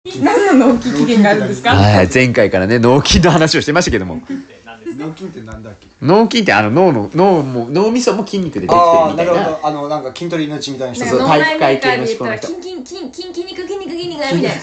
何の納期期限があるんですか？ はい、前回からね納金の話をしてましたけども、 脳筋ってなんだっけ？ 脳筋って脳みそも筋肉でできてるみたいな。 なんか筋トレ命みたいな人。 そう脳内メーカーで言ったら体筋肉みたいな。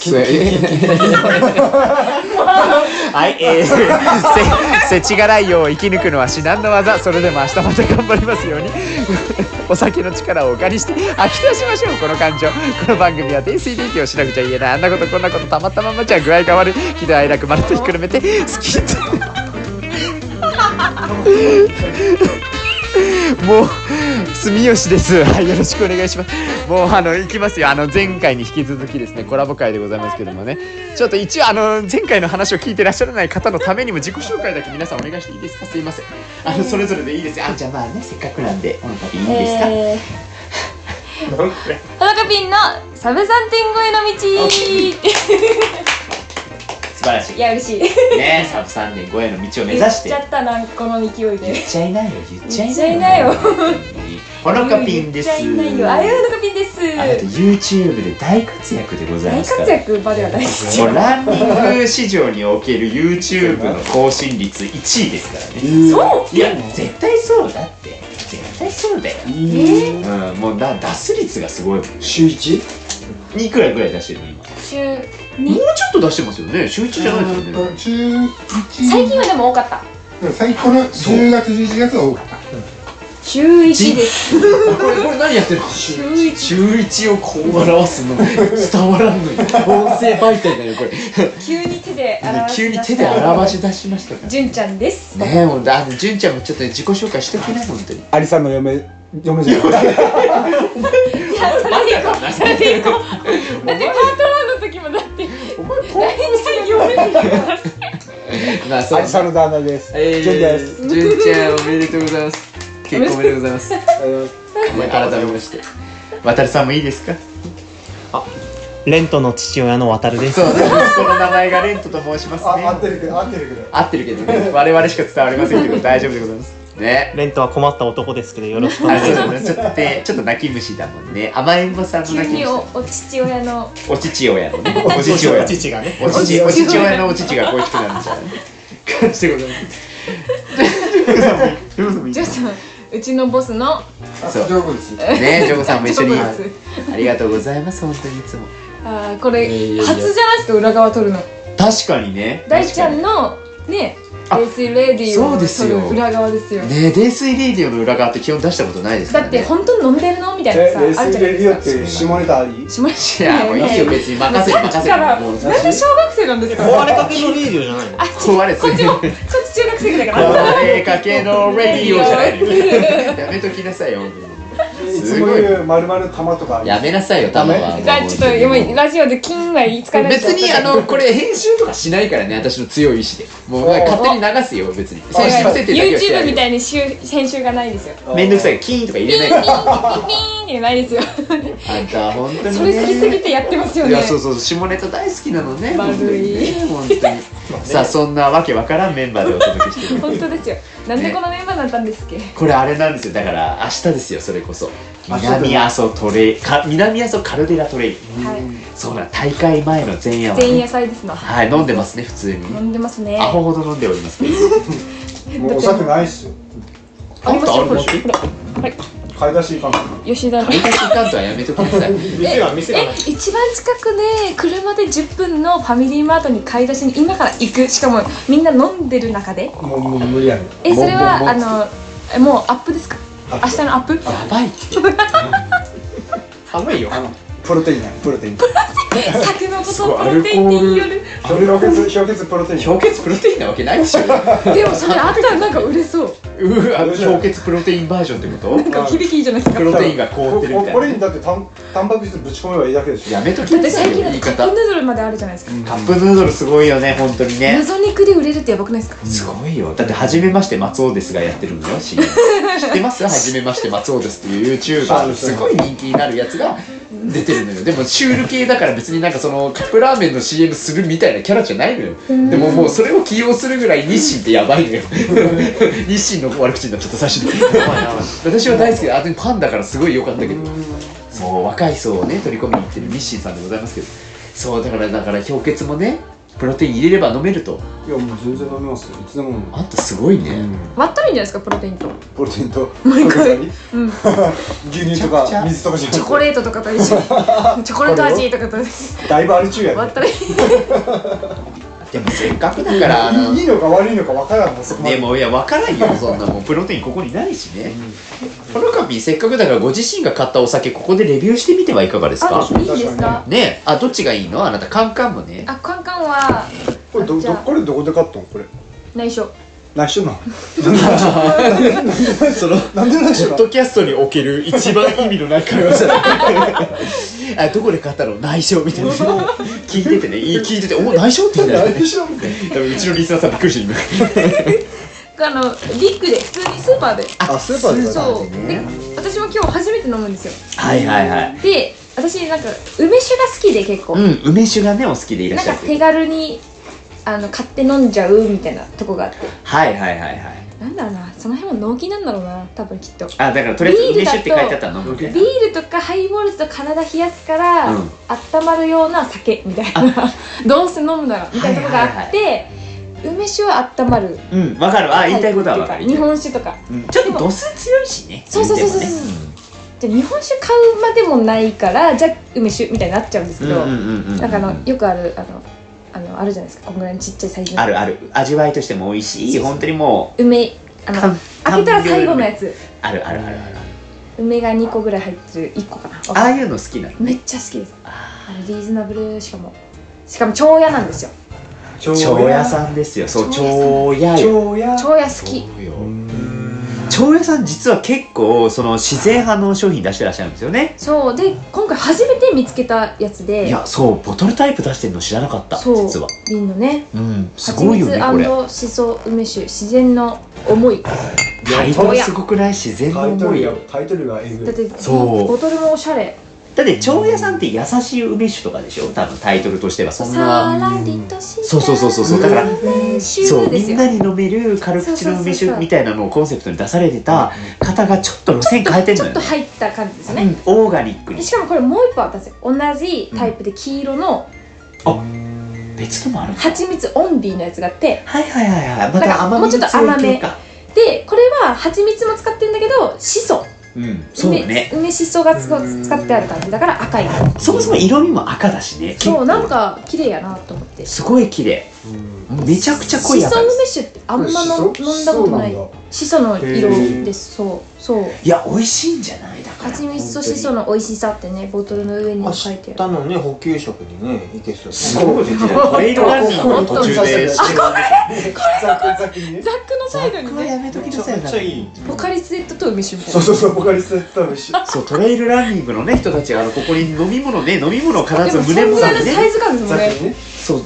はい、せちがらいよう生き抜くのは至難の技。それでも明日また頑張りますように。お酒の力をお借りして飽き出しましょう、この感情。この番組は泥酔電気をしなくちゃ言えない、あんなことこんなことたまったままじゃ具合が悪い、喜怒哀楽まるっとひっくるめて好きってもう住吉です。はい、よろしくお願いします。もう行きますよ。前回に引き続きですね、コラボ会でございますけどもね、ちょっと一応前回の話を聞いてらっしゃらない方のためにも自己紹介だけ皆さんお願いしていいですか？すいません。それぞれでいいですよ。じゃあまあね、せっかくなんでいいですか？ 田中ピンのサブ3.5への道。 素晴らしい。 いや嬉しいね、サブ3.5への道を目指して言っちゃったな、この勢いで。 言っちゃいないよ、言っちゃ言っちゃいなよ。 ほのかピンです。 言っちゃいないよ。あやほのかピンです。 あなた YouTube で大活躍でござい大ますから。 活躍まではないですもうランニング市場における YouTube の更新率1位ですからね。 そう？ いや、絶対そうだって。絶対そうだよ。うん、もう脱率がすごい。 週 1？ いくらぐらい出してるの今？ 週もう 2？ ちょっと出してますよね。週1じゃないですよね。 週1。 最近はでも多かった。 最高の10月11月は多かった。 週1です。 これ何やってるの？週1をこう表すの伝わらんのよ。音声媒体だよこれ。 急に手で表し急に手で表し出しましたから。 純ちゃんです。 ねえ、もう純ちゃんもちょっと自己紹介しておきな、本当に。 アリさんの嫁じゃない。 いや、それでいこう。それでいこう。だってパートナーの時もだって大体言われるからまあそう。 アリさんの旦那です。純です。 純ちゃんおめでとうございます。結婚おめでとうございます。改めまして。渡るさんもいいですか？ レントの父親の渡るです。 そう、この名前がレントと申しますね。 合ってるけど。 合ってるけどね。我々しか伝わりませんけど大丈夫でございます。ね。 レントは困った男ですけどよろしくお願いします。 ちょっと泣き虫だもんね。甘えん坊さんの急に泣き虫。 お父親のお父親のね。お父親。 父がね。 お父親のお乳が恋しくなるみたいな感じでございます。 ジョーさん、うちのボスのそう上手です。 ね、ジョーさんも一緒にジョーですありがとうございます。本当にいつも。 これ初じゃないですか、裏側撮るの。 確かにね。 大ちゃんのね、 あレースレディそをうですよ撮る裏側ですよ。 ね、泥酔レディオの裏側って基本出したことないですからね。 だって本当に飲んでるのみたいなさ、あるじゃないレディオっですか。 て下ネタあり？ しまいや、もういいよ別に任せるさっきからもうなんで小学生なんですか？ 壊れかけのレディオじゃないの？ あ、 壊れこっちも、そっち中学生ぐらいかな。 壊れかけのレディオじゃないの。やめときなさいよ。 いつも言う丸々玉とかあり？ やめなさいよ、たまは。 じゃあちょっと今ラジオで金は言いつかない別にこれ編集とかしないからね、私の強い意志で。もう勝手に流すよ、別に。選手設定だけはしてあ YouTube げる。 みたいに編集がないですよ。 めんどくさい、キーンとか入ピーれない。 ンピーンピーンってないですよ。 あんた本当にね。 それ好きすぎてやってますよね。 いや、そうそう、下ネタ大好きなのね。 悪い本当に。さあ、そんなわけわからんメンバーでお届けしてる。 本当ですよ。なんでこのメンバーだったんですっけ？ これあれなんですよ。だから明日ですよ、それこそ。南阿蘇カルデラトレイン。 はい。 そうだ、大会前の前夜はね。 前夜祭ですの。 はい、飲んでますね、普通に。 飲んでますね。 アホほど飲んでおりますけど。 もうお酒ないっすよ。 ありますよ、これ。 あるこれ。はい。 買い出しいかんか。 吉田の。 買い出しカントはやめときなさい。 店がない。 一番近くで車で10分のファミリーマートに買い出しに今から行く。しかもみんな飲んでる中で。 もう無理やね。 それはもうアップですか？明日のアップ？ やばいって。 寒いよ。 プロテインやプロテイン。 酒のことプロテインって言いよる。 氷結プロテイン。 氷結プロテインなわけないでしょ。 でもそれあったらなんか売れそう。 氷結プロテインバージョンってこと？ なんか響きいいじゃないですか。 プロテインが凍ってるみたいな。 これにだってタンパク質ぶち込めばいいだけでしょ。 やめときだってなさいよ、 最近だってカップ言い方。 ヌードルまであるじゃないですか。 カップヌードルすごいよね、本当にね。 謎肉で売れるってやばくないですか？ すごいよ。だって初めまして松尾ですがやってるのよ。CM 知ってます？初めまして松尾ですっていう YouTuber すごい人気になるやつが出てるのよ。でもシュール系だから別になんかそのカップラーメンの CM するみたいなキャラじゃないのよ。でももうそれを起用するぐらい日清ってやばいのよ。日清の悪口になっちゃった最初に。私は大好きで、あとパンだからすごい良かったけど。そう、若い層をね取り込みに行ってる日清さんでございますけど。 そうだから氷結もねプロテイン入れれば飲めると。 いやもう全然飲めますよ。いつでも飲む。 あんたすごいね、 割ったらいいんじゃないですか、プロテインと。 プロテインと毎回うんうん牛乳とめちゃくちゃか水とかじゃなくてチョコレートとかと一緒にチョコレート味とかとだいぶあれ中やね。 割ったらいい。 でもせっかくだからいいのか悪いのか分からんもんそこまで。 でもいや分からんよそんなもんプロテインここにないしね。この紙せっかくだからご自身が買ったお酒ここでレビューしてみてはいかがですか。 あ、いいですか。 ねえ、あどっちがいいのあなたカンカンもね。 あ、カンカンはこれじゃあこれどこで買ったのこれ。 内緒。 内緒なの。 そのなんで内緒なの。 ポッドキャストにおける一番意味のない会話じゃないあどこで買ったの内緒みたいな聞いててね聞いててお内緒って言うんだよね内緒みたいな。 多分うちのリスナーさんびっくりして今リックで普通にスーパーで。 あスーパーで買ったそう。 ねで、私も今日初めて飲むんですよ。 はいはいはいで、私なんか梅酒が好きで結構。 うん梅酒がねお好きでいらっしゃるなんか手軽に買って飲んじゃうみたいなとこがあって。 はいはいはいはいなんだろうな、その辺も納期なんだろうな、多分きっと。 あだからとりあえず梅酒って書いてあったら飲むみたいなビールとかハイボールと体冷やすから、 うん温まるような酒みたいなどうせ飲むならみたいなとこがあって、梅酒は温まるうんわかるあ言いたいことはわかる日本酒とかうんちょっと度数強いしねそうそうそうそう言うてもねじゃあ日本酒買うまでもないからじゃあ梅酒みたいになっちゃうんですけど、 うんうんうんうんなんかよくあるあるじゃないですか、こんぐらいのちっちゃいサイズのあるある味わいとしても美味しい本当にも梅かん開けたら最後のやつ、 うあるあるあるある梅が2個ぐらい入ってる1個かな、 ああいうの好きなのめっちゃ好きです。リーズナブル、しかも長屋なんですよ。 長屋さんですよそう長屋よ長屋。 長屋好き。 そうよ長屋さん実は結構その自然派の商品出してらっしゃるんですよね。 そうで今回初めて見つけたやつで、 いやそうボトルタイプ出してるの知らなかったそう実は瓶のね、 うんす蜂ごいよねこれ蜜しそ梅酒自然の思い。 タイトルすごくない自然の思いよタイトルがエグい。 だってそうボトルもおしゃれ。 だって長屋さんって優しい梅酒とかでしょ多分タイトルとしてはそんさならりとしたそうだから梅酒そうみですよ。 んなに飲める軽口の梅酒みたいなのをコンセプトに出されてた方がちょっと路線変えてんちょっとのよね入った感じですよね。 うんオーガニックにでしかもこれもう一個あったんですよ。同じタイプで黄色の別のもあるの蜂蜜オンリーのやつがあって、 はいはいはいはいまだからた甘みもうちょっと甘め系かでこれは蜂蜜も使ってるんだけどしそうんそうだね梅しそが使ってある感じだから赤い。 そもそも色味も赤だしねそうなん結構か綺麗やなと思って。 すごい綺麗めちゃくちゃ濃いしそ赤です梅酒ってあんま飲んだことない。しその色です。そういや美味しいんじゃないだから蜂蜜としその美味しさってねボトルの上に書いてある。 たのね補給食にねいけそうすごいこと言ってたよトレイドランニングの途中でザクザクにね。 ザックのサイドにねこれやめときなさいよめっちゃいいポカリスエットと梅酒みたいな。 そうポカリスエット飯。 そうトレイルランニングのね人たちがここに飲み物を必ずでも胸そんぐ元にねらいのサイズ感ですもんね。 ザクにね。 そう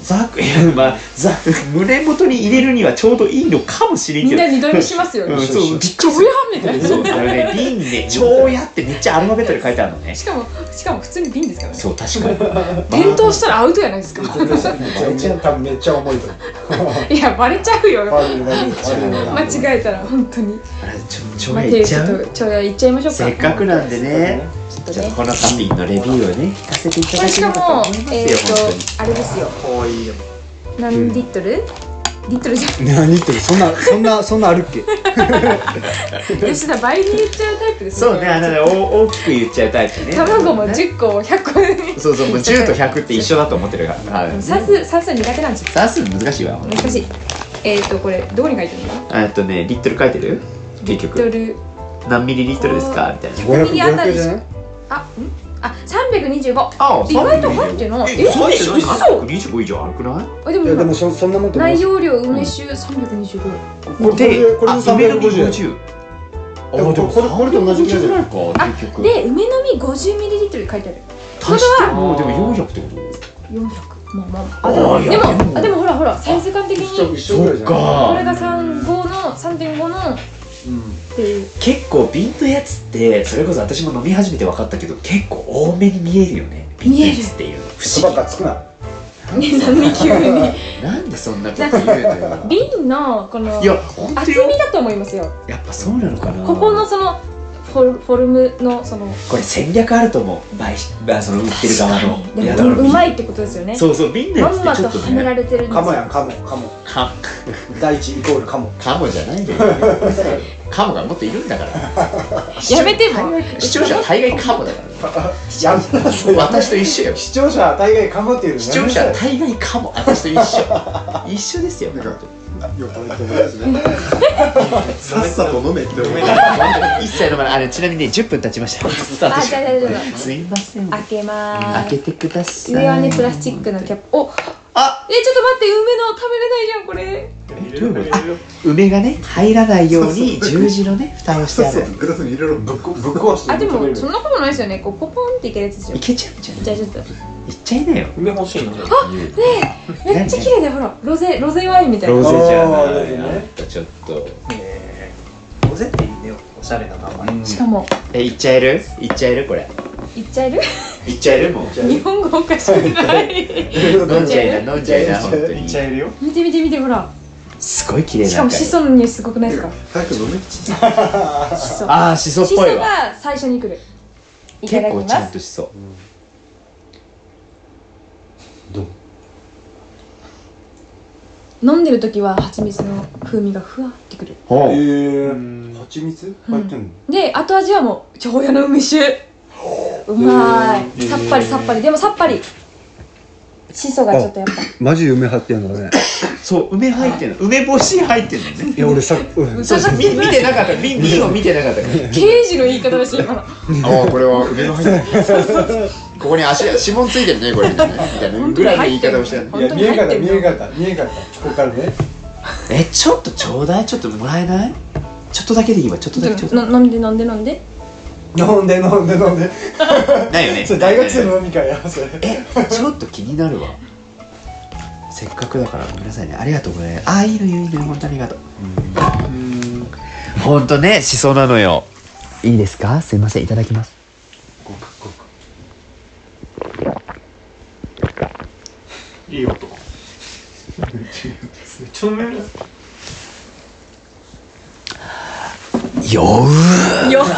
胸元に入れるにはちょうどいいのかもしれんけどみんな二度見しますよね。 うんそうびっくりするちょやみたいな。 そう瓶にね「長屋」ってめっちゃアルファベットで書いてあるのねしかも普通に瓶ですからね。 そう確かに転倒したらアウトやないですか。 多分めっちゃ重いと思う。 いやバレちゃうよ。 バレるバレる間違えたら本当に。 あれ長屋いっちゃうちょや行っちゃいましょうか。 せっかくなんでねちょっとね。 じゃあこのカピンのレビューをね聞かせていただこれしかければとも思いますよ本当にあれですよ。 可愛いよ何リットル？リットルじゃ何言ってるそんなあるっけ。 ん。吉田倍に言っちゃうタイプですそうね大きく言っちゃうタイプね卵も10個を100個に。 そうそうもう10と100って一緒だと思ってるから算数苦手なんですよ。 算数難しいわ難しい。これどこに書いてるの？ ねリットル書いてる結リット局ル。 何ミリリットルですかみたいな 5ミリあたりじゃない？ 325。 あ意外と入ってない。 そうでしょ嘘。 325以上あるくないでもいやでもそんなもんと思う内。容量梅酒325。 これで350円。 50あでもこれと同じぐらいじゃないかあ結局で梅の実 50ml 書いてある。 足してもでも400ってこと 400。まああでもほらサイズ感的に一緒ぐらいじゃない。 これかが3.5のっていう。 結構瓶のやつってそれこそ私も飲み始めて分かったけど結構多めに見えるよね瓶のやつっていう不ば思議っかつくな。 ね、何急になんでそんなこと言うのよ瓶のこのいや本当よ厚みだと思いますよ。 やっぱそうなのかなここのそのフォルムのそのこれ戦略あると思う。その売ってる側の。 でいやだからもうまいってことですよね。 そうそう、瓶のやつっまんまとてちょっとね。 はめられてるんですよ。 カモやん、カモ。第一イコールカモ。 カモじゃないんだよ。カモがもっといるんだから。 やめても視聴者は大概カモだからね。 やめなさい。 私と一緒よ。 視聴者は大概カモっていうの視聴者は大概カモ。私と一緒。一緒ですよ。 なんかよくあると思いますね。さっさと飲めって思う。 一切飲まない。ちなみにね、10分経ちました。スタートしあ、じゃあ大丈夫。 すいません。 開けまーす。 開けてください。 上はねプラスチックのキャップ。お、 あ、 ちょっと待って、梅の食べれないじゃんこれ。 梅がね入らないように十字のね蓋をしてある。 グラスに入れろ。ぶっ壊して。 あ、でもそんなことないですよね。こうポポンっていけるやつですよい。けちゃうんじゃん。 じゃあちょっと。 いっちゃいなよ。 梅欲しいの。 めっちゃ綺麗だよほら。ロゼワインみたいな。 ロゼじゃあーロない。 ゼねちょっと。 ロゼっていいね。おしゃれな名前。 しかもいっちゃえる？いっちゃえるこれ。 いっちゃえる？ いっちゃえるもん。 日本語おかしくない？ 飲んじゃいな、飲んじゃいな、本当いっに。 ちゃえるよ。 見て見て見てほら。 すごい綺麗な。 しかもシソの匂いすごくないですか？ 早く飲め。 シソ。 ああ、しそっシソぽいわ。 が最初に来る。いただき結構ちゃます。 んとしそう。 どう？ 飲んでる時は蜂蜜の風味がふわってくる。 ほう。 蜂蜜入ってんの？ で後味はもう長屋の梅酒。うまい。さっぱりさっぱり。でもさっぱり。シソがちょっとやっぱ。 マジ梅入ってんのね。 そう、梅入ってんの。梅干し入ってんのね。 いや俺さ、 そうそう、見てなかった。瓶を見てなかったから。 刑事の言い方だし今の。 ああ、これは梅の入ってる。ここに指紋ついてるね、これみたいなぐらいの言い方をしてる。 本当に入ってんの。 見えんかった。ここからね。 ちょっとちょうだい、ちょっともらえない？ちょっとだけでいいわ、ちょっとだけちょっと。 飲んで飲んで飲んで。 飲んで。 ないよね。 それ大学生の飲み会やそれ。 ちょっと気になるわ。せっかくだからごめんなさいね。ありがとうございます。あ、いいのいいの、本当ありがとう。本当ね、しそなのよ。いいですか？すいません、いただきます。 いい音。ちょめる。 ようよ。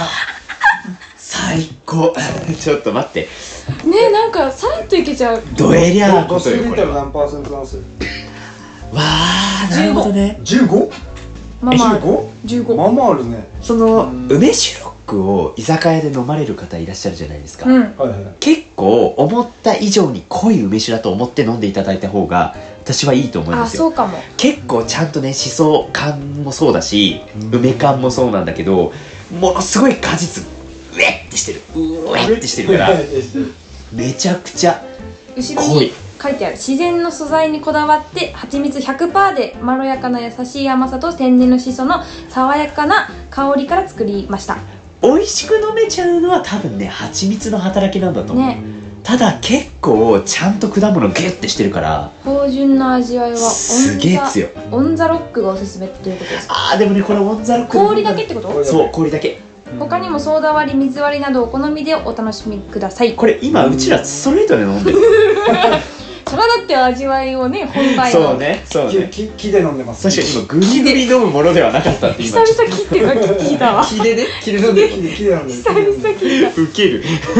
最高。ちょっと待って。 ね、なんかさらっといけちゃう。 ドエリャー 5 ことよ、これは。 何パーセントなんす？ わあ、なるほどね。 15？ まあまあ 15？ 15。 まあまああるね。 その梅シロックを居酒屋で飲まれる方いらっしゃるじゃないですか。 うん。 はいはい。 結構思った以上に濃い梅酒だと思って飲んでいただいた方が私はいいと思うんあ、 ですよ。 そうかも。 結構ちゃんとね、しそ感もそうだし、梅感もそうなんだけど、ものすごい果実うえってしてる、うえってしてるからめちゃくちゃ後ろ濃いに書いてある。自然の素材にこだわって蜂蜜 100% でまろやかな優しい甘さと天然のシソの爽やかな香りから作りました。 美味しく飲めちゃうのは多分ね、蜂蜜の働きなんだと思う、 ね。 ただ結構ちゃんと果物ギュッてしてるから芳醇な味わいはすげえ強い。 オンザロックがおすすめということですか？ あーでもね、これオンザロック氷だけってこと？ そう、氷だけ。 他にもソーダ割り、水割りなどお好みでお楽しみください。 これ今うちらストレートで飲んでる。 それはだって味わいをね、本来の。 そうね、そうね。 木で飲んでます。 確かに今グリグリ飲むものではなかったって今久々切ってるの聞いたわ。 木でね、木で飲んでる。 木で飲んでる。 久々聞いた。 ウケる。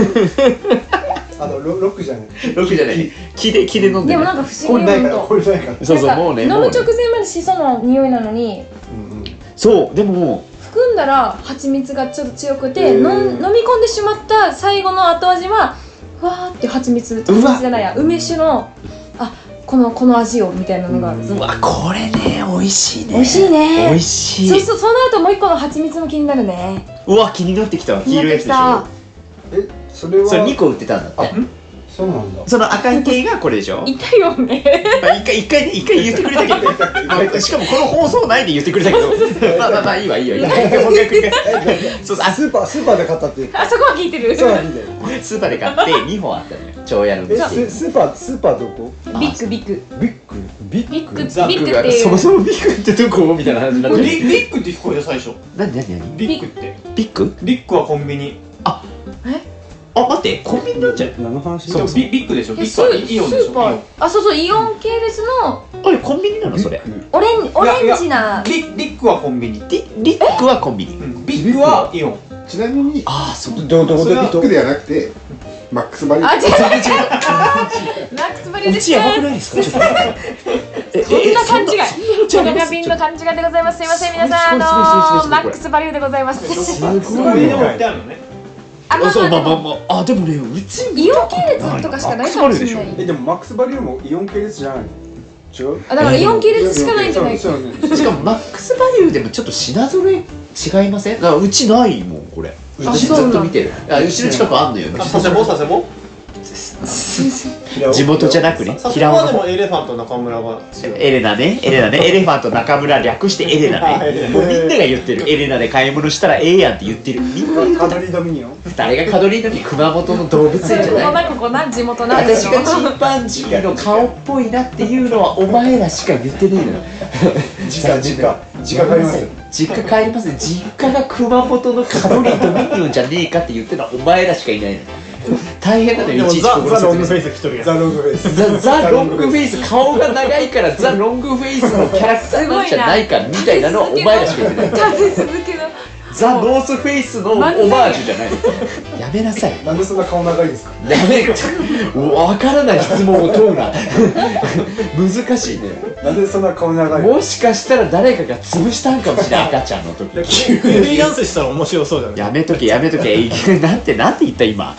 ロックじゃない。 ロックじゃない。木で飲んでる。 でもなんか不思議これないから、 よ、 これないから。 そうそう、 なんかもうね、 飲むもうね直前までシソの匂いなのに、 そう、でも含んだら蜂蜜がちょっと強くて、 へー飲み込んでしまった最後の後味はふわーって蜂蜜じゃないや、梅酒のこの味をみたいなのがうわ、これね、美味しいね。 美味しいね。 美味しい。 そうなるともう一個の蜂蜜も気になるね。 うわ、気になってきたわ。黄色いやつでしょ。 それは。 それ2個売ってたんだって。 そうなんだ。 その赤い系がこれでしょ。 いたよね。 一回言ってくれたけど、しかもこの放送内で言ってくれたけど、まあいいわいいわ。一回もう一回。そうそう、 スーパーで買ったっていう。 あそこは聞いてる。 そうなんだよ。 スーパーで買って2本あったのよ。長屋の店。 スーパーどこ？ ビッグビッグビッグザビッグってがそもいう。 そもビッグってどこみたいな話になってる。 リックって聞こえた最初。 何リックって。 ビッグ？ リックはコンビニ。 あ、待って、コンビニなんじゃない？ 何の話？ そう、ビッグでしょ。ビッスグはイオンでしょ。 ーパー。あ、そうイオン系列のあれコンビニなのそれ？ オレンジな。 リックはコンビニ。 リックはコンビニ。 ビッグはイオン。 ちなみにああ、そうどこでビッグではなくてマックスバリュー。 あ、違うマックスバリューですうちやばくないですか？ちょっとそんな勘違い。これが瓶の勘違いでございます。すいません皆さん、マックスバリューでございます。 すこごいな。 れでも売ってあるのね。 あ、まあそう、 まあまあまあまあ、あ、でもね、うちイオン系列とかしかないかもしれない。 でもマックスバリューもイオン系列じゃないの？違う？ あ、だからイオン系列しかないんじゃないか。 そうね。 しかもマックスバリューでもちょっと品揃え違いません？だからうちないもんこれ。うちずっと見てる。あ、うちの近くあんのよ。 佐世保佐世保地元じゃなくね。 佐世保はでもエレファント中村が強い。 エレナね、エレナね、エレファント中村略してエレナね。もうみんなが言ってる。エレナで買い物したらええやんって言ってる。みんな言うカドリードミニオン。 誰がカドリードに熊本の動物園じゃない。 ここな地元なんですよ。 私がチンパンジーの顔っぽいなっていうのはお前らしか言ってねえのよ。 実家帰りますよ。 実家帰りますね。実家が熊本のカドリードミニオンじゃねえかって言ってるのはお前らしかいないの。大変なのよ、いちいちここの説明。 フェイス着とるやん。 ザ・ロングフェイス。 ザ・ロングフェイス、顔が長いからザ・ロングフェイスのキャラクターなんじゃないかみたいなのはお前らしか言ってない。 立て続けのザ・ノースフェイスのオマージュじゃないの。やめなさい。 なんでそんな顔長いですか？ やめわからない質問を問うな。難しいね。 なんでそんな顔長いの？ もしかしたら誰かが潰したんかもしれない、赤ちゃんの時。 フリーダンスしたら面白そうだね。 やめとけやめとけ。なんて言った今。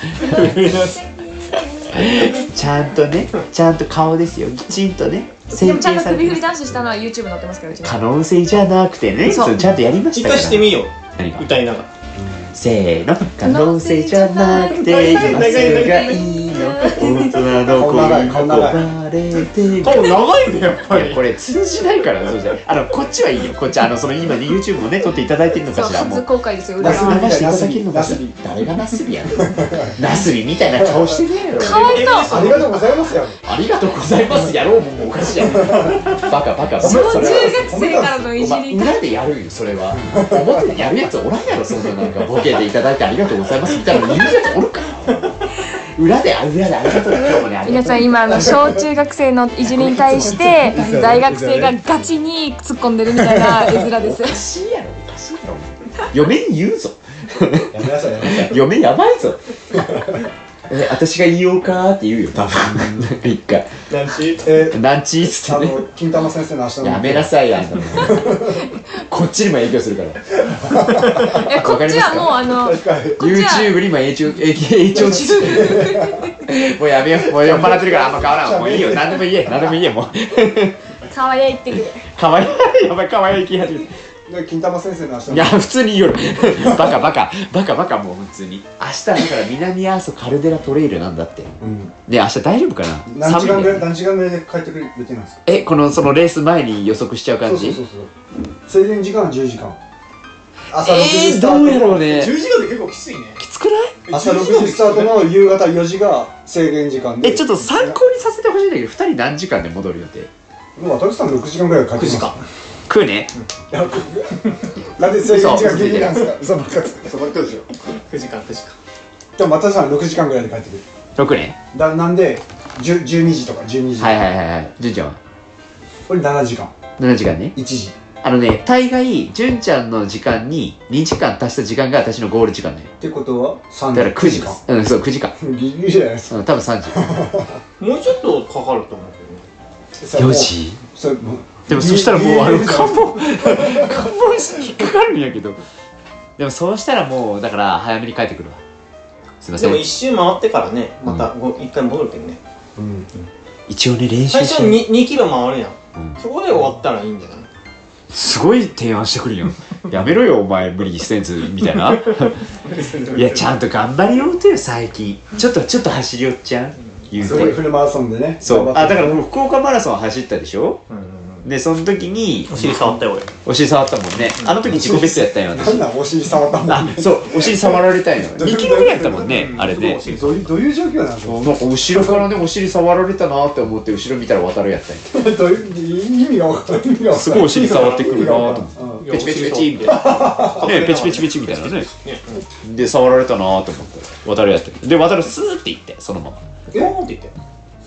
ちゃんとね、ちゃんと顔ですよ。きちんとね。 でもちゃんと首振り整形されてます。 ダンスしたのは YouTube 載ってますから、うちの可能性じゃなくてね、 そうそれちゃんとやりまし一たから。 回してみよう。 何が歌いながら。 せーの、可能性じゃなくて今すぐがいいの。大人の子に憧れて。 顔長いねやっぱり。 これ通じないからそうじゃない。こっちはいいよ。こっちその今ね YouTube もね撮っていただいてるのかそうしら。も初う公開ですよ、裏ナス側流していただけるのかしら。誰がナスビやねん。ナスビみたいな顔してねえよ。 かわいそう。 ありがとうございますよ。 ありがとうございますやろうももうおかしいやん。バカバカ。 小中それは学生からのいお前じり裏でやるよそれは。表でやるやつおらんやろそんななんかボケていただいてありがとうございますみたいなの言うやつおるか。裏でありがとう今日もねありがとう。 皆さん今小中学生のいじりに対して大学生がガチに突っ込んでるみたいな絵面です。 おかしいやろおかしいやろ。嫁に言うぞ。 やめなさいやめなさい。 嫁やばいぞ。私が言おうかって言うよ多分。なんか一回なんちなんちーっつってね。 金玉先生の明日の。 やめなさいあんたも。こっちにも影響するから。 こっちはもうこっちは YouTube にも影響してもうやめよう。もう酔っ払ってるからあんま変わらん。もういいよ。何でも言え。何でも言えもう。 かわいいってくる。 かわいい。やばいかわいい気始めて。 で金玉先生の明日の。 いや普通に言うよ。バカもう普通に。明日だから南阿蘇カルデラトレイルなんだって。 うん。 ね明日大丈夫かな。 何時間ぐらい寒いね何時間ぐらいで帰ってくる予定なんですか？ そのレース前に予測しちゃう感じ。 そう。制限時間は10時間。朝6時スタート。 どうやろうね。 10時間で結構きついね。 きつくない？ 朝6時スタートの夕方4時が制限時間で。 ちょっと参考にさせてほしいんだけど、2人何時間で戻る予定？ もう渡さん6時間ぐらいで帰ってきます。 食うね。 なんで制限時間ギリギリなんですか？嘘ばっかでしょ。 9時間。 でも渡さん6時間ぐらいで帰ってくる。 6ね。 なんで12時とか12時。 はい。純ちゃんはこれ7時間。 7時間ね。 1時。 大概純ちゃんの時間に2時間足した時間が私のゴール時間だよ。 ってことは3 だから9時間。 うんそう9時間。 ギリギリじゃないですか。 多分3時。 もうちょっとかかると思うけどね。 4時。 それもうでもそしたらもう関門引っかかるんやけど。でもそうしたらもうだから早めに帰ってくるわ。すいません。 でも一周回ってからね、また一回戻るけどね。 一応ね練習最初して。 に2キロ回るやん。 うんそこで終わったらいいんじゃない？ すごい提案してくるよ。やめろよお前無理せんずみたいな。いやちゃんと頑張りようとよ最近。ちょっと走り寄っちゃう。言うて。 フルマラソンでね。 そう。だからももう福岡マラソン走ったでしょ。でその時にお尻触ったよ俺。 お尻触ったもんね。あの時自己ベストやったんよ私。 なんなんお尻触ったもんあそうお尻触られたいの。2キロぐらいやったもんねあれね。 どういう状況なんですか？ なんか後ろからねお尻触られたなって思って後ろ見たら渡るやったんよ。 どういう意味が分からん。 すごいお尻触ってくるなと思って。 うんペチペチペチみたいな。ねペチペチペチみたいなね。で触られたなと思って渡るやった。で渡るスーって行ってそのまま。 ポーンって言って。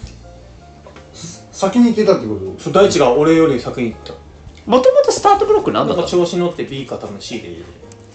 先に行ってたってこと？ そう大地が俺より先に行った。 もともとスタートブロックなんだったの？ なんか調子乗って B か多分 C で入れる。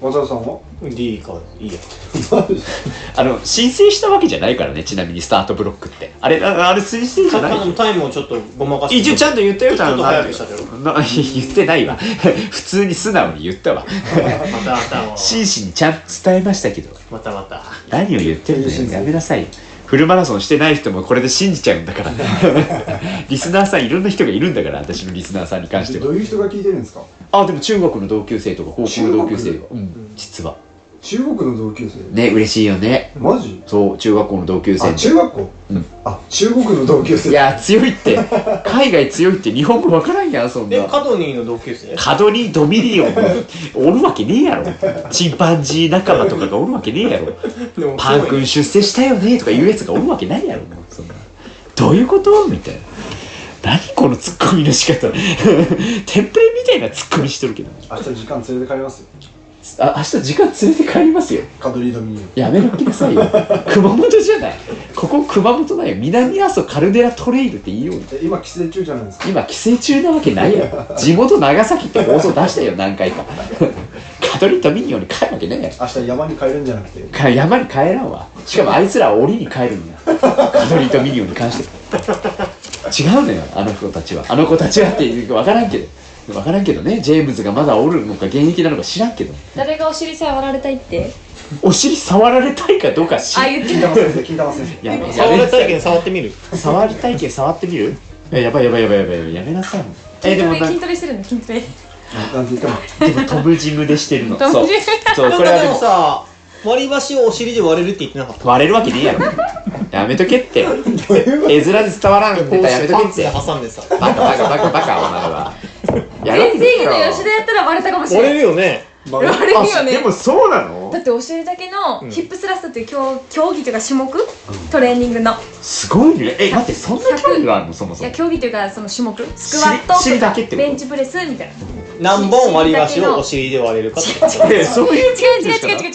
松田さんは D かいいや。 申請したわけじゃないからね、ちなみにスタートブロックってあれ申請じゃないよ。 タイムをちょっとごまかして。 一応ちゃんと言ったよ。 ちょっと早くしたけど。 言ってないわ。普通に素直に言ったわ。 また真摯にちゃんと伝えましたけど、 また何を言ってるんだよ。やめなさいよ。フルマラソンしてない人もこれで信じちゃうんだから。リスナーさんいろんな人がいるんだから、私のリスナーさんに関しては。 どういう人が聞いてるんですか？ あ、でも中国の同級生とか高校の同級生が、実は中国の同級生？ ね、嬉しいよね。 マジ？ そう、中学校の同級生あ、中学校？中国の同級生。 いや、強いって。海外強いって日本語わからんやん、そんな。 カドニーの同級生？ カドニー・ドミリオンおるわけねえやろ。チンパンジー仲間とかがおるわけねえやろ。パン君出世したよねとか言うやつがおるわけないやろ。そんなどういうことみたいな。何このツッコミの仕方。テンプレみたいなツッコミしとるけど。 明日時間連れて帰りますよ。 明日時間連れて帰りますよ。 カドリードミニオン。 やめろきなさいよ。熊本じゃない。ここ熊本だよ。南阿蘇カルデラトレイルって言いようよ。 今帰省中じゃないですか。 今帰省中なわけないやろ。地元長崎って放送出したよ、何回か。カドリードミニオンに帰るわけないやろ。 明日山に帰るんじゃなくて山に帰らんわ。しかもあいつらは檻に帰るんや。カドリードミニオンに関しては違うのよ、あの子たちは。あの子たちはって分からんけどね。ジェームズがまだおるのか現役なのか知らんけど、 誰がお尻触られたいって？ お尻触られたいかどうか知らん。 言ってた。 金玉先生。 触り体験触ってみる？ 触り体験触ってみる？やばいやめなさい。でも筋トレしてるの？筋トレ。 なんて言ってもでもトムジムでしてるの。そうトムジムそう、これはでもさ、割り箸をお尻で割れるって言ってなかった？ 割れるわけねえやろ。やめとけって。絵面で伝わらんって言ったらやめとけって。 挟んでさ。 バカお前は。やる全然の吉田やったら割れたかもしれない。 割れるよね。 割れるよね。 でもそうなの？ だってお尻だけのヒップスラストっていう競技というか種目、トレーニングの。 すごいね。待って、そんな競技があるの？そもそも。 いや、競技というかその種目、スクワット尻だとかけってことベンチプレスみたいな。 何本割り箸をお尻で割れるかってこと。 そういう違う。 違うの？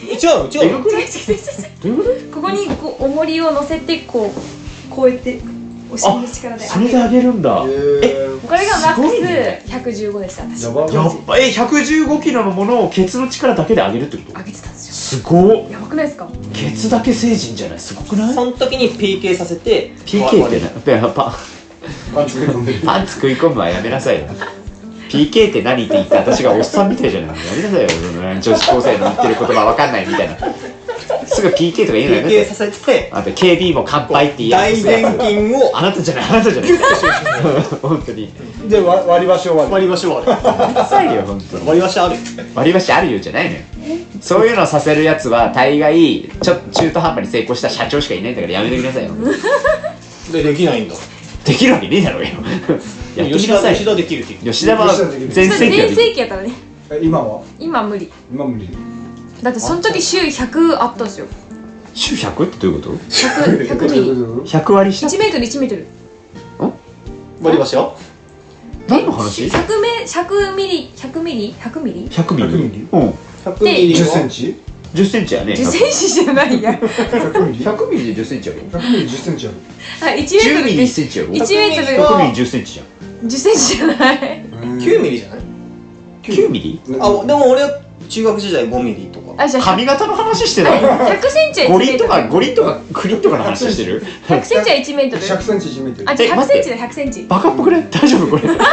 ここにこう重りを乗せてこうやってお尻の力でそれで上げるんだ。 これがマックすごいねス115でした私。 やばやっぱ115キロのものをケツの力だけで上げるってこと？ 上げてたんですよ。 すごっ。 やばくないですか？ ケツだけ成人じゃない？すごくない？ その時に PK させて PK ってパンツ食い込んでる。 パンツ食い込むはやめなさいよ。PK って何って言って私がおっさんみたいじゃない。やめなさいよ。女子高生の言ってる言葉わかんないみたいな。すぐ PK とか言うのやめ PK て。 させてあと KB も乾杯って言い大臀筋をあなたじゃない。本当に。 で割り箸を割る。 割り箸を割る。 やめなさいよ、本当に。 割り箸ある。 割り箸あるよじゃないのよ。そういうのをさせるやつは大概ちょっと中途半端に成功した社長しかいないんだからやめてくださいよ。 できないんだ。 できるわけねえだろうよ。やってみ吉なさい。 田できるって言って。 吉田は全盛期は全できる。 盛期やったらね。 今は今無理。 今無理。 だってその時週100あったんですよ。 週100ってどういうこと 100ミリ。 ？100割りした 1メートル1メートル。 割り箸は？ 何の話 100ミリ100ミリ 100ミリ 100ミリうん 100ミリ 10センチ 10センチやね。 10センチじゃないや。 100ミリ 100ミリで10センチやろ。 100ミリ10センチある。 はい、1メート 10ミリ1 ルです。 センチやろ。 1メートル 100ミリ10センチじゃん。 10センチじゃない 9ミリじゃない？ 9ミリ？ あ、でも俺は中学時代5ミリとか。 あ、じゃあ髪型の話してない？ 100センチは1メートル五輪とかクリンとかの話してる？ 100センチは1メートル 100センチ1メートル。 あ、じゃあ100センチだ100センチバカっぽくない？大丈夫これ？ お酒飲んで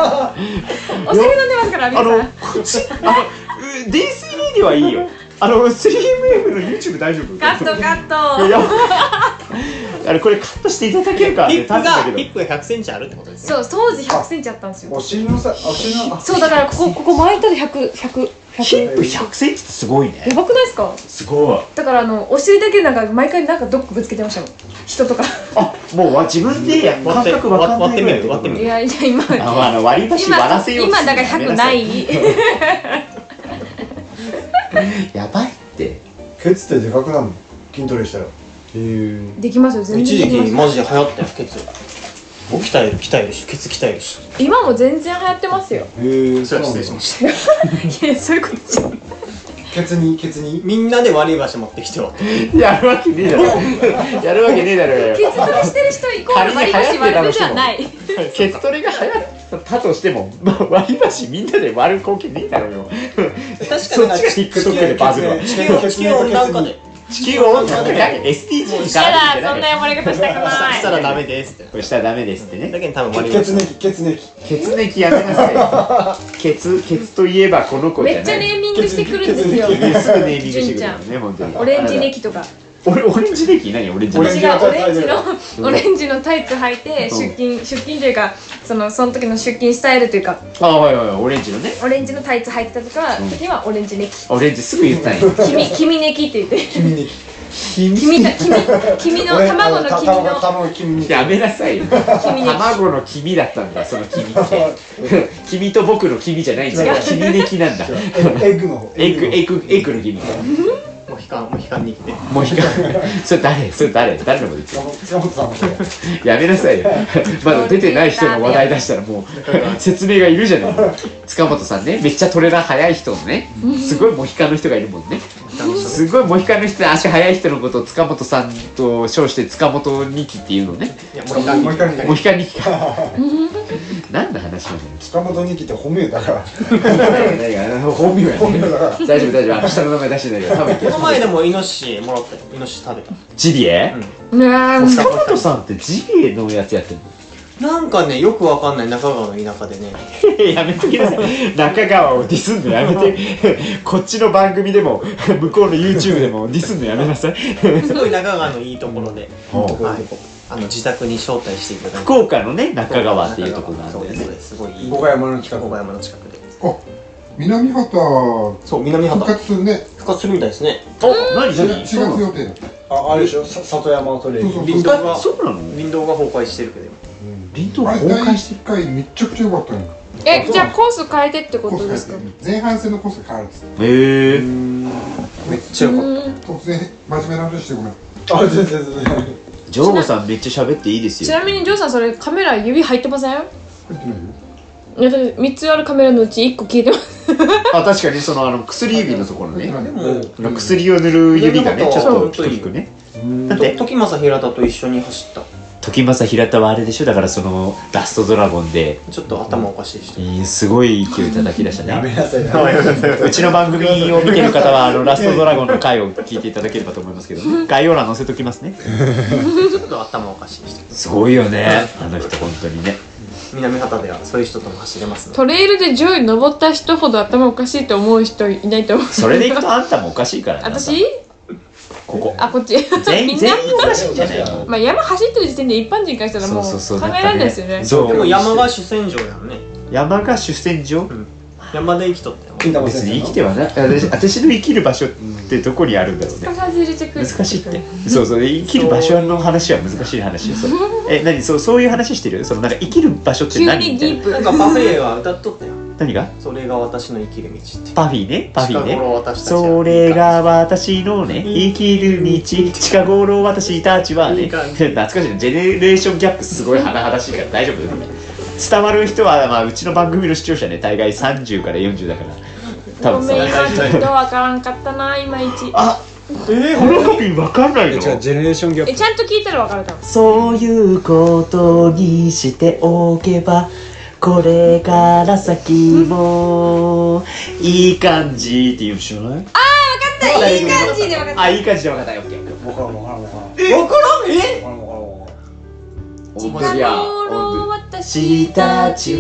ますから皆さんこっち泥酔レディはいいよ。3MM の YouTube 大丈夫？ カットカットいやこれカットしていただけるかヒップがけど 100センチあるってことですね。 そう、当時100センチあったんですよお尻のさ、お尻のそう、だからここ巻いたで100 ヒップ100センチってすごいね。 やばくないですか？ すごい。 だからお尻だけなんか毎回なんかどっかぶつけてましたもん、人とか。 あ、もう自分で感覚わかんないぐらい。 割ってみるいやいや、今割り箸割らせようと今だから100ないやばいって。 ケツってでかくなるの筋トレしたら。 できますよ、全一時然できます。 期マジで流行ったよ、ケツ。鍛えるし、ケツ鍛えるし。 今も全然流行ってますよ。 それは失礼しました。 いや、そういうことじゃん。 ケツにみんなで割り箸持ってきては。 やるわけねえだろ。やるわけねえだろよ。 ケツトレしてる人イコール割り箸割るではない。 ケツトレが流行ったとしても、割り箸みんなで割る光景ねえだろうよ。 そっちが TikTok でバズるわ。 地球温暖化で地球温暖化で SDGs かやらってだ、そんな汚れ方したくない。 したらダメですってこれしたらダメですってね。 だけど多分割りま血す液血液やめなさいよ。血といえばこの子じゃない。 めっちゃネーミングしてくるんですよ。 すぐネーミングしてくるよね、本当に。 オレンジネキとか。 オレンジネキ何オレンジネキ私がオレンジのタイツ履いて出勤というかその時の出勤スタイルというかあ、はいはい、オレンジのね。 オレンジのタイツ履いてた時はオレンジネキ。 オレンジすぐ言ったんよ。 君ネキって言って。君の卵の君のやめなさいよ。 君ネキ。 卵の黄身だったんだ、その黄身って。君と僕の黄身じゃないんだよ。黄身ネキなんだ。 エッグの方。 エッグの黄身。 モヒカンに来てもう一回。それ誰のこと言ってる。 塚本さんの方。 やめなさいよ。まだ出てない人の話題出したらもう説明がいるじゃない。塚本さんね、めっちゃトレーラー速い人のね、すごいモヒカンの人がいるもんね。すごいモヒカンの人で足速い人のことを塚本さんと称して塚本二期っていうのね。 いやモヒカンにもう一回モヒカン二期か。何の話なの。 塚本二期って褒めだから。 本名やね。 褒めだから。 大丈夫大丈夫。下の名前出してないから食べて。 この前でもイノシシもらったよイノシシ食べたジビエ？塚本さんってジビエのやつやってるなんかねよくわかんない中川の田舎でねの？やめときなさい。中川をディスんのやめて。こっちの番組でも向こうの YouTube でもディスんのやめなさい。 すごい中川のいいところではい自宅に招待していただいて福岡のね中川っていうところがあるんだよね。 そうですすごいいい五箇山の近く。 五箇山の近くであ、南畑そう南復畑活するね。 復活するみたいですね何 4月予定だった。 あれでしょ。里山を取れる。 そう林道がそうなの？ 林道が崩壊してるけど林道あれ崩壊して第1回めっちゃくちゃ良かったのよ。 じゃあコース変えてってこコーとですか？ ス変えて前半戦のコース変わるっつって。 へえ。 めっちゃよかっ突然真面目な話してごめん。 あ、全然。 ジョーゴさんめっちゃ喋っていいですよ。 ちなみにジョーさんそれカメラ指入ってません？ 入ってないよ。 いやだって3つあるカメラのうち1個消えてます。 あ、確かにその薬指のところね。 入ってないたでも薬を塗る指がねちょっとそう太くね。だって時政平田と一緒に走った時政平田はあれでしょ。だからそのラストドラゴンでちょっと頭おかしい人すごい勢い叩き出したやめね。 なさい。 うちの番組を見てる方はラストドラゴンの回を聞いていただければと思いますけど、概要欄載せときますね。 ちょっと頭おかしい人すごいよねあの人本当にね。 南畑ではそういう人とも走れますのでトレイルで上位登った人ほど頭おかしいと思う人いないと思う。 それでいくとあんたもおかしいからね。 私？ ここあ、こっち。 全員みんなおかしいんじゃないの？ まあ山走ってる時点で一般人からしたらもうそう考えられないですよね。 そうでも山が主戦場やんね山が主戦場？ 山で生きとったよ金玉別先生のに生きてはな私の生きる場所ってどこにあるんだろうね。 外れてくる。 難しいって。そう生きる場所の話は難しい話よ。何そういう話してる？そのなんか生きる場所って急何？ にディープ。 なんかパフェは歌っとったよ何が？ それが私の生きる道ってパフィーねパフィー近頃ね。 私たちはそれが私のね生きる道近頃私たちはね。 いい感じ懐かしいね。ジェネレーションギャップすごい甚だしいから大丈夫？伝わる人はまあうちの番組の視聴者ね大概30から40だから多分ごめん、 さ。 今ちょっとわからんかったな、いまいち。 あこのコピー分かんないの？ ジェネレーションギャップ。 ちゃんと聞いたらわかるかも。 そういうことにしておけばこれから先もいい感じっていうの知らない？ いい感じでわかった。 あ、いい感じで分かったよ。オッケー。 わからん。 わからんえ本当や。 心私たち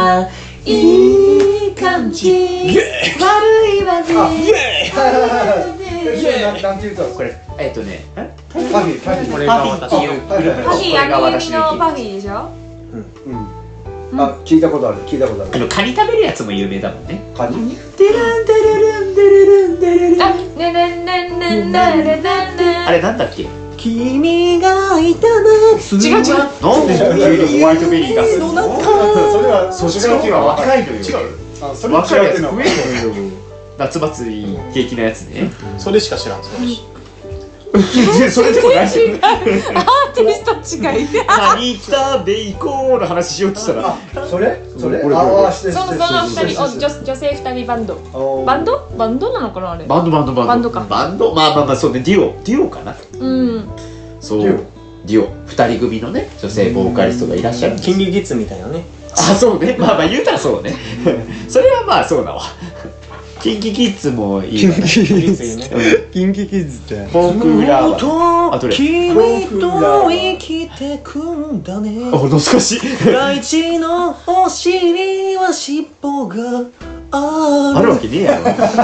はいい感じ。悪いわね。 なんて言うと。 これパフィー。 これが私のグループパフィー、 これがあ私ののパフィーでしょ。 あ、聞いたことある。 カニ食べるやつも有名だもんね。 カニ。 デルンデルルンデルルンデルルン。 あ、ねねねねねねね。 あれなんだっけ？ 君がいた夏違う。 なんで急にホワイトベリーがするの？ それはそっちの時は若いのよ。 あ、それは若いやつ違うの。 増えるのよ。夏祭り平気なやつね。 それしか知らんそれそれでもないよ。 アーティスト違い。 カニ食べ行こうの話しようとしたら。 それ？ これあ、してその2人、女性2人バンド。バンドなのかなあれ。 バンドか。 バンドまあそうねデュオかな。 うん。 そうデュオ2人組のね女性ボーカリストがいらっしゃるんです。 キンリギッツみたいなねあ、そうね。まあ言うたらそうね。それはまあそうだわ。 キンキキッズもいいわね。 キンキキッズってフォークフラワー。あ、どれ？ 君と生きてくんだね。 あ、懐かしい。 大地のお尻は尻尾があるわけねえやろ。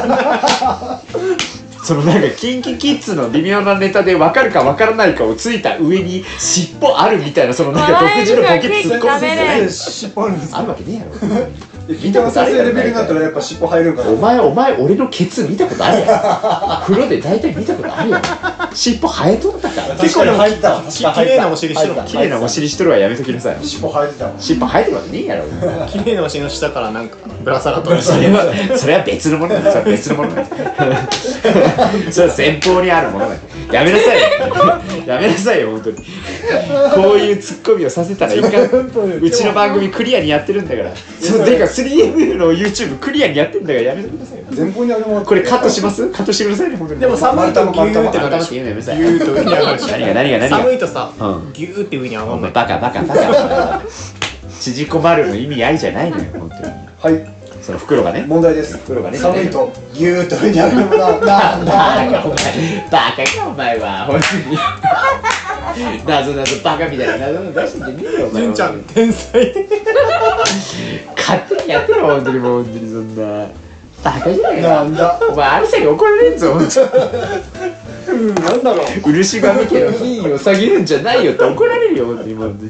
そのなんかキンキキッズの微妙なネタで分かるか分からないかをついた上に尻尾あるみたいな、そのなんか独自のボケ突っ込むん尻尾あるんですあるわけねえやろ。 見たことあるレベルになったらやっぱ尻尾入るんかな。 お前俺のケツ見たことあるやん。風呂で大体見たことあるやん。尻尾生えとったから。 結構入ったわ。 綺麗なお尻してるもん綺麗なお尻しとるはやめときなさい。 尻尾生えてたわ。 尻尾生えてるわけねえやろ。 綺麗なお尻の下からなんかぶら下がっとるしそれは別のものだ。それは別のものだ。それは前方にあるものだ。やめなさいよ。やめなさいよ、本当に。こういうツッコミをさせたらいいか。うちの番組クリアにやってるんだから。そうてか 3M の YouTube クリアにやってんだからやめてくださいよ。 前方にあるもの。 これカットします？カットしてくださいね、本当に。 でも寒いとギューってなるでしょ。 言うのやめなさい。 ギューと上に上がるし何が寒いとさうんギューって上に上がお前るのバカ縮こまるの意味ありじゃないのよ、本当に。 はい。 その袋がね。 問題です。 袋がね。 寒いとギューッと上に上がるものはなんだ。 バカかお前は、本当に。謎バカみたいな謎の出してんじゃねえよ、お前。 純ちゃん天才勝手にやってろ、本当にもう、本当にそんな。バカじゃないか。 なんだ。 お前、あれさえ怒られんぞ、本当に。 なんだろう。 漆が向けの品位を下げるんじゃないよって怒られるよ、本当にもう。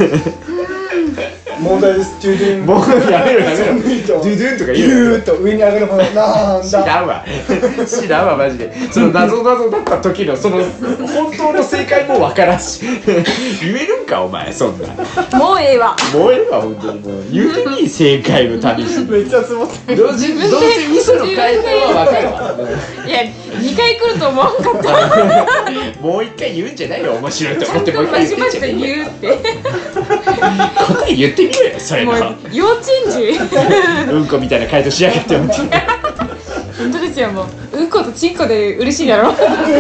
問題です。トゥドゥン。 もうやめろ。ド寒いとゥドゥンとかギ言うの。 ューッと上に上がるものなん知だ。 らんわ知らんわマジで。その謎だった時のその本当の正解もわからんし言えるんかお前、そんなもうええわ。 もうええわ、本当にもう言うてみ、正解のためにめっちゃ積もってるどうせ嘘の回答はわかるわ。 いや、2回来ると思わんかった。 もう一回言うんじゃないよ、面白いとちゃんと思ってもう一回まじまじと言言うって。 答え言ってみろよ、それのもう幼稚園児。 うんこみたいな回答しやがって思って本当ですよ、もううんことちんこで嬉しいだろ。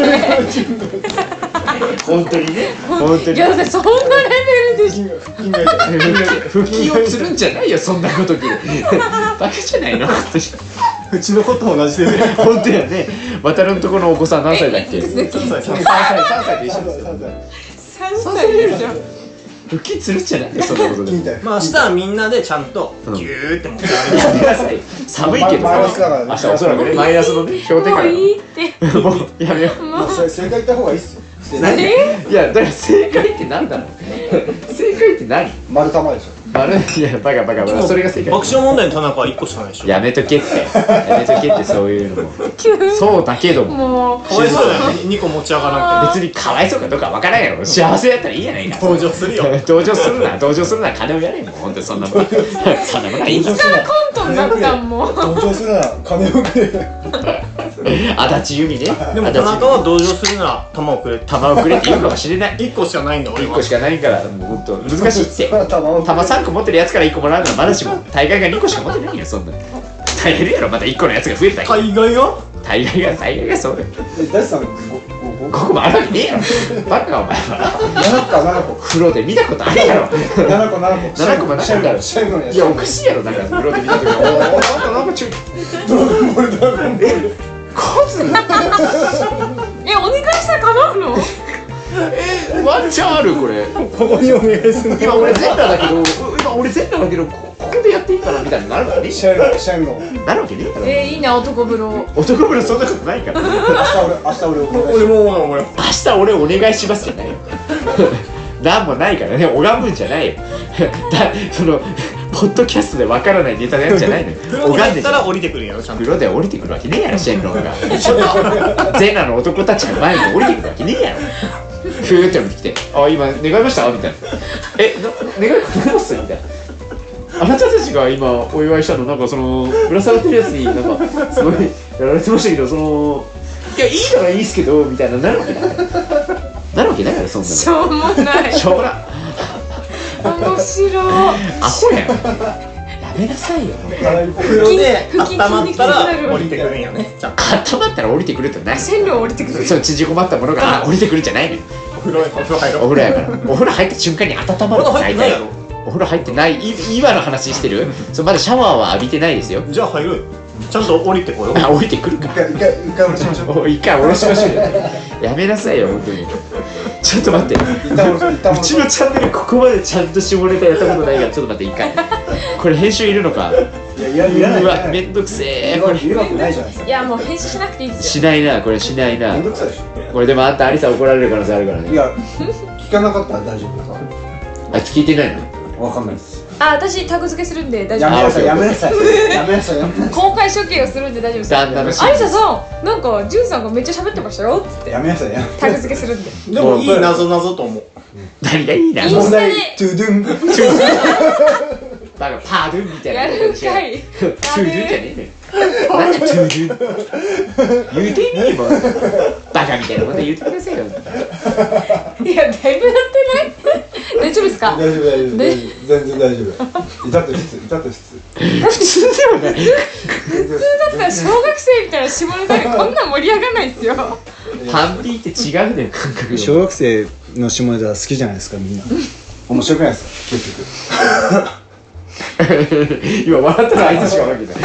本当にね、本当にいや、だってそんなレベルでしょ。 腹筋をつるんじゃないよ、そんなこと言うバカじゃないの、本当に。 うちの子と同じレベル本当やね。渡るんとこのお子さん何歳だっけ？ 3 3歳と一緒ですよ。 歳でしょ。 腹筋つるんじゃないよ、そんなことで。 みたいな。 まあ明日はみんなでちゃんとギューって持ってあやめなさい。寒いけどマイナスだからね明日おそらくね、マイナスのね、氷点下だもういいって。 もうやめよう。 もうそれ正解言った方がいいっすよ。 何？いや、だから正解って何だろう。正解って何？ 丸玉でしょ。 いや、バカ、それが正解。 爆笑問題の田中は1個しかないでしょ。 やめとけって、そういうのも。そうだけども。 もうかわいそうだよね、2個持ち上がらんけ別にかわいそうかどうかわからんやろ。幸せだったらいいやないか。 ど登場するよ同情するな、金をやれもう本当にそんなもん。そんなもんはいいんだ。 コントになったんもう。 同情するなら金をくれ。 足立由美ね。 でも田中は同情するなら玉をくれ玉をくれって言うかもしれない。 1個しかないんだ俺 1 は個しかないから、もう本当難しいって。 玉を玉3個持ってるやつから1個もらうのはまだしも、大概が2個しか持ってないよ、そんな。大変やろ、また1個のやつが増えるだけ。 大概が大概がそうだよ。 大地さん 5個もあるわけねえやろ。バカかお前は。 7個か7個風呂で見たことあるやろ。 7個 7個もなかったらシェンロンやいや、おかしいやろ、なんか風呂で見た時に。なんかちょい。数え、お願いしたら叶うの？ ワンチャンあるこれ。 ここにお願いする今俺全裸だけど、ここでやっていいかなみたいになるからね。 シェンロンなるわけねえから。 いいね、男風呂。 男風呂そんなことないから。 明日俺俺も俺明日俺お願いしますじゃないよ。なんもないからね、拝むんじゃないよ。そのポッドキャストでわからないネタのやつじゃないのよ。 風呂に入ったら降りてくるんやろちゃんと風呂で降りてくるわけねえやろ、シェンロンが。全裸の男たちの前に降りてくるわけねえやろ。ふーって降りてきて、あ、今願いましたみたいな。願い叶いますみたいな。あなたたちが今お祝いしたの、なんかそのぶら下がってるやつになんかすごいやられてましたけど、そのいや、いいならいいっすけどみたいななるわけないからそんなの。 しょうもない。 しょうもな。 面白い。 アホやん。やめなさいよ。 風呂で腹筋温まったら筋肉降りてくるんやねちゃんと固まったら降りてくるってない。 線路降りてくる。 そう、縮こまったものが降りてくるんじゃないのよ。 お風呂入ろうお風呂やから。お風呂入った瞬間に温まる。 まだ入ってないやろお風呂入ってない。今の話してる。そう、まだシャワーは浴びてないですよ。 じゃあ入ろうよちゃんと降りてこよう。 あ、降りてくるか。 一回下ろしましょう。 おい一回下ろしましょうよ。やめなさいよ、本当に。ちょっと待って。 一旦下ろそう。一旦うちのチャンネルここまでちゃんと下ネタやったことないからちょっと待って一回。これ編集いるのか。 いやいらないうわめんどくせえ。これいるわけないじゃないですか。 いやもう編集しなくていいですよ。 しないな、これしないなめん。どくさいでしこれでもあんたアリさん怒られる可能性あるからょ。いね。 や聞かなかったら大丈夫ですか。 あいつ聞いてないの。 わかんないです。 あ、私タグ付けするんで大丈やめなさい夫。 やめなさいやめなさいやめなさ公開処刑をするんで大丈夫です。 旦那のアリサさん、なんかジュンさんがめっちゃ喋ってましたよっつっいてやめなさいやめなさタグ付けするんで。 でもいい謎謎と思う。 何がいいな。 インスタでトゥドゥンバカパードゥンみたいなやるんかい。 トゥードゥンじゃねえねん。なんでトゥードゥン言うてみーもバカみたいなこと言ってくださいよ。 いやだいぶやってない大丈夫ですか。 大丈夫大丈夫全然大丈夫。いたって普通いたって普通。 普通ではない。 だったら小学生みたいな下ネタでこんなん盛り上がらないですよ。 ハンディって違うねん感覚が。 小学生の下ネタ好きじゃないですかみんな。面白くないですか結局。 今笑ったらあいつしか笑うけど。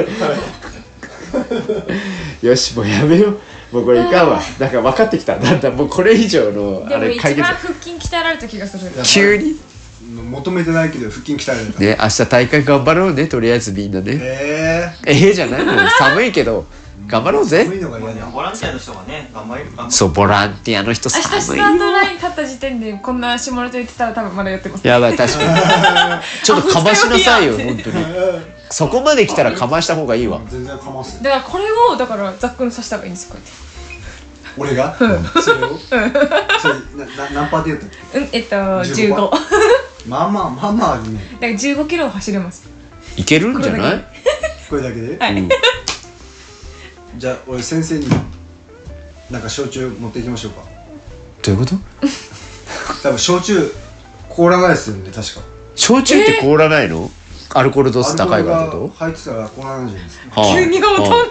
よしもうやめよう。もうこれいかんわ。なんか分かってきた。だんだんもうこれ以上のでも一あれ解決。 番腹筋鍛えられた気がする。 急に求めてないけど腹筋鍛えられた。 ね、明日大会頑張ろうね、とりあえずみんなね。じゃないの。寒いけど頑張ろうぜ。 寒いのが嫌だ。 ボランティアの人がね、頑張れるかも。 そう、ボランティアの人明日寒いスタートよ。 ライン立った時点でこんな下ネタ言ってたら多分まだやってます。 やばい、確かに。ちょっとかましなさいよ、本当に。そこまで来たらかました方がいいわ。 全然かます。 だからこれをだからザックに刺した方がいいんですよ、こうやって。 俺が？それを？それ何パーで言うと？ 15。 まあまあまあまああるね。 だから15キロを走れます。 いけるんじゃない？ これだけで？ はい。 うんじゃあ俺先生になんか焼酎持っていきましょうか。 どういうこと？ 多分焼酎凍らないですよね確か。 焼酎って凍らないの？アルコール度数高いからってこ入ってたら凍らないじゃないですか。 と？はあ急に大人になっ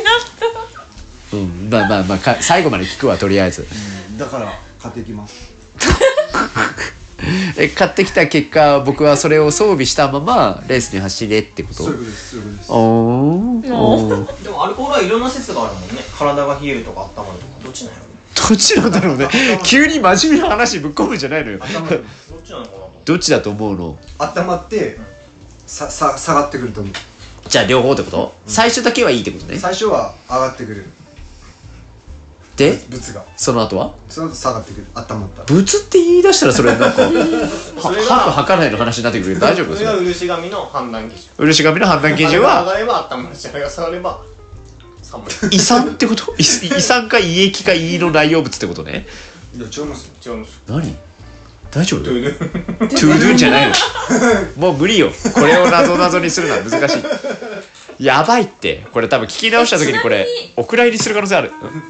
うん、まあまあまあ最後まで聞くわとりあえず。 だから買っていきます。 買ってきた結果僕はそれを装備したままレースに走れってこと？ そういうことですそういうことです。 おーでもアルコールはいろんな説があるもんね。体が冷えるとか温まるとか、どっちなんやろね。 どっちなんだろうね。急に真面目な話ぶっ込むんじゃないのよ。 どっちなのかなと。 どっちだと思うの？ 温まって下がってくると思う。 じゃあ両方ってこと？最初だけはいいってことね。 最初は上がってくる。 で物がその後はその後下がってくる。温まったら。 物って言い出したらそれなんかそれが歯と吐かないの話になってくるけど大丈夫それがそれ？ 漆神の判断基準。 漆神の判断基準あれがは上がれば温まるし、あれが下がれば寒い。 胃酸ってこと？胃酸か胃液か胃の内容物ってことね。 いや違いますよ。 違うんです。 何？大丈夫？ トゥードゥトゥードゥンじゃないの。もう無理よ。これを謎にするのは難しい。やばいって。これ多分聞き直した時にこれお蔵入りする可能性ある。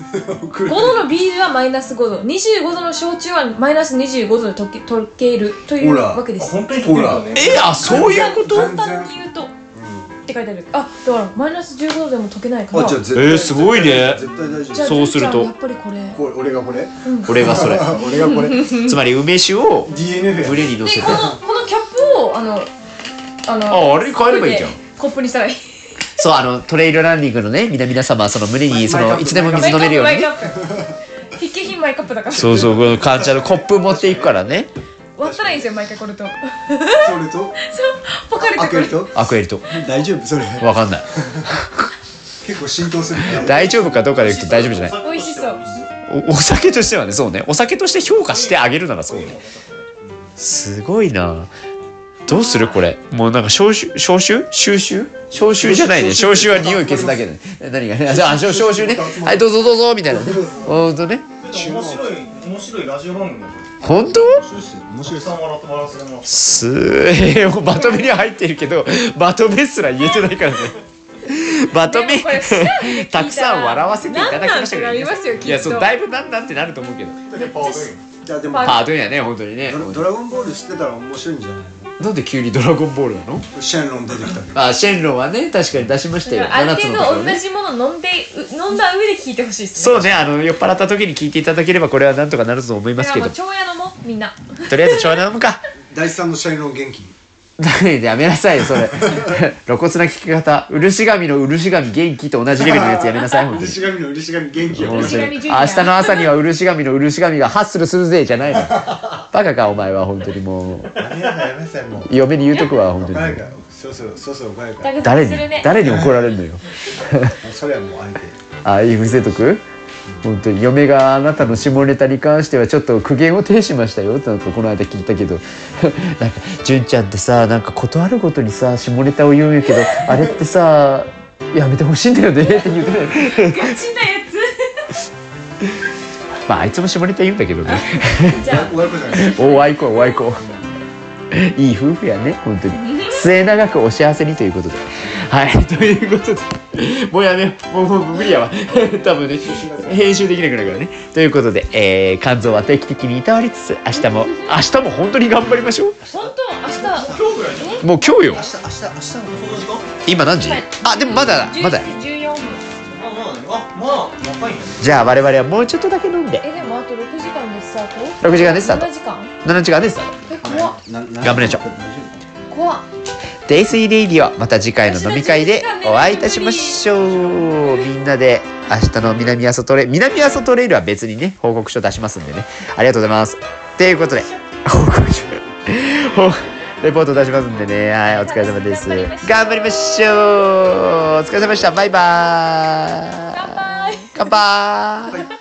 5度のビールはマイナス5度、25度の焼酎はマイナス25度で溶けるというほらわけです。 本当に溶けるよね。 あ、そういうこと？ 簡単に言うとって書いてある。あ、だからマイナス15度でも溶けないから。 あじゃあ絶対すごいね。 絶対大丈夫。 じゃあそうするとじゃあやっぱりこれ。 これ俺がこれ俺がそれ。 俺がこれつまり梅酒を DNF や。 胸に乗せて。 でこのキャップをあれに変えればいいじゃん。 コップにしたらいい。 そうトレイルランニングのね皆様その胸にそのいつでも水飲めるようにね。 マイカップ必需品マイカップだから。 そうそうこのカンチャのコップ持っていくからね。 割ったらいいんですよ毎回これと。 それとポカリと開けるとアクエルと大丈夫それわかんない。 結構浸透するから大丈夫かどうかで言うと大丈夫じゃない。 美味しそうお酒としてはねそうねお酒として評価してあげるならそうね。すごいな。どうするこれもうなんか消臭じゃないね。消臭は匂い消すだけで、何がねあ消臭ねはいどうぞどうぞみたいなねほんとね。 面白いラジオ番組だよ。 本当？ 面白いたくさん笑ってます。 まとめには入ってるけどまとめすら言えてないからね。まとめでもこれ素直に聞いたらたくさん笑わせていただきましたけどなんなんってなりますよきっといやそうだいぶなんてなると思うけどじゃあでもパパートやね本当にね。 ドラゴンボール知ってたら面白いんじゃないなんで急にドラゴンボールなの？ シェンロン出てきたけどあシェンロンはね確かに出しましたよ。 ある 7つ程のところね。 度同じもの飲んだ上で聞いてほしいですね。 そうね酔っ払った時に聞いていただければこれはなんとかなると思いますけどだからもう長屋飲もうみんな。 とりあえずちょうど飲むか。 第3のシェンロン元気やめなさいよそれ露骨な聞き方。漆神の漆神元気と同じレベルのやつやめなさい本当に。 漆神の漆神元気よ。 本当に漆神ジュニア明日の朝には漆神の漆神がハッスルするぜじゃないの。バカかお前は本当にもう。 やめなさいもう。 嫁に言うとくわ本当に。 バカそうそうバカ。 誰に誰に怒られるのよ。 それはもう相手。 あ、いい伏せとく。本当に嫁があなたの下ネタに関してはちょっと苦言を呈しましたよってなんかこの間聞いたけどなんか純ちゃんってさなんか断るごとにさ下ネタを言うんやけどあれってさやめてほしいんだよねって言ってたよガチなやまああいつも下ネタ言うんだけどねつじゃあ親子じゃない。 おあいこおあいこいい夫婦やね本当に末永くお幸せにということではいということでもうやめようもう無理やわ多分ね編集できなくなるからねということで、肝臓は定期的にいたわりつつ明日も本当に頑張りましょう。 本当明日今日ぐらいじゃん。 もう今日よ明日その時間？ 今何時はいあでもまだ 10時14分まあ若いんだね。 じゃあ我々はもうちょっとだけ飲んででもあと6時間でスタート 6時間でスタート 7時間 7時間でスタート怖っ頑張りましょう怖っデイスイレイディオまた次回の飲み会でお会いいたしましょう。みんなで明日の南阿蘇トレイルは別にね報告書出しますんでねありがとうございますということで報告書レポート出しますんでねはいお疲れ様です頑張りましょうお疲れ様でしたバイバーイ乾杯乾杯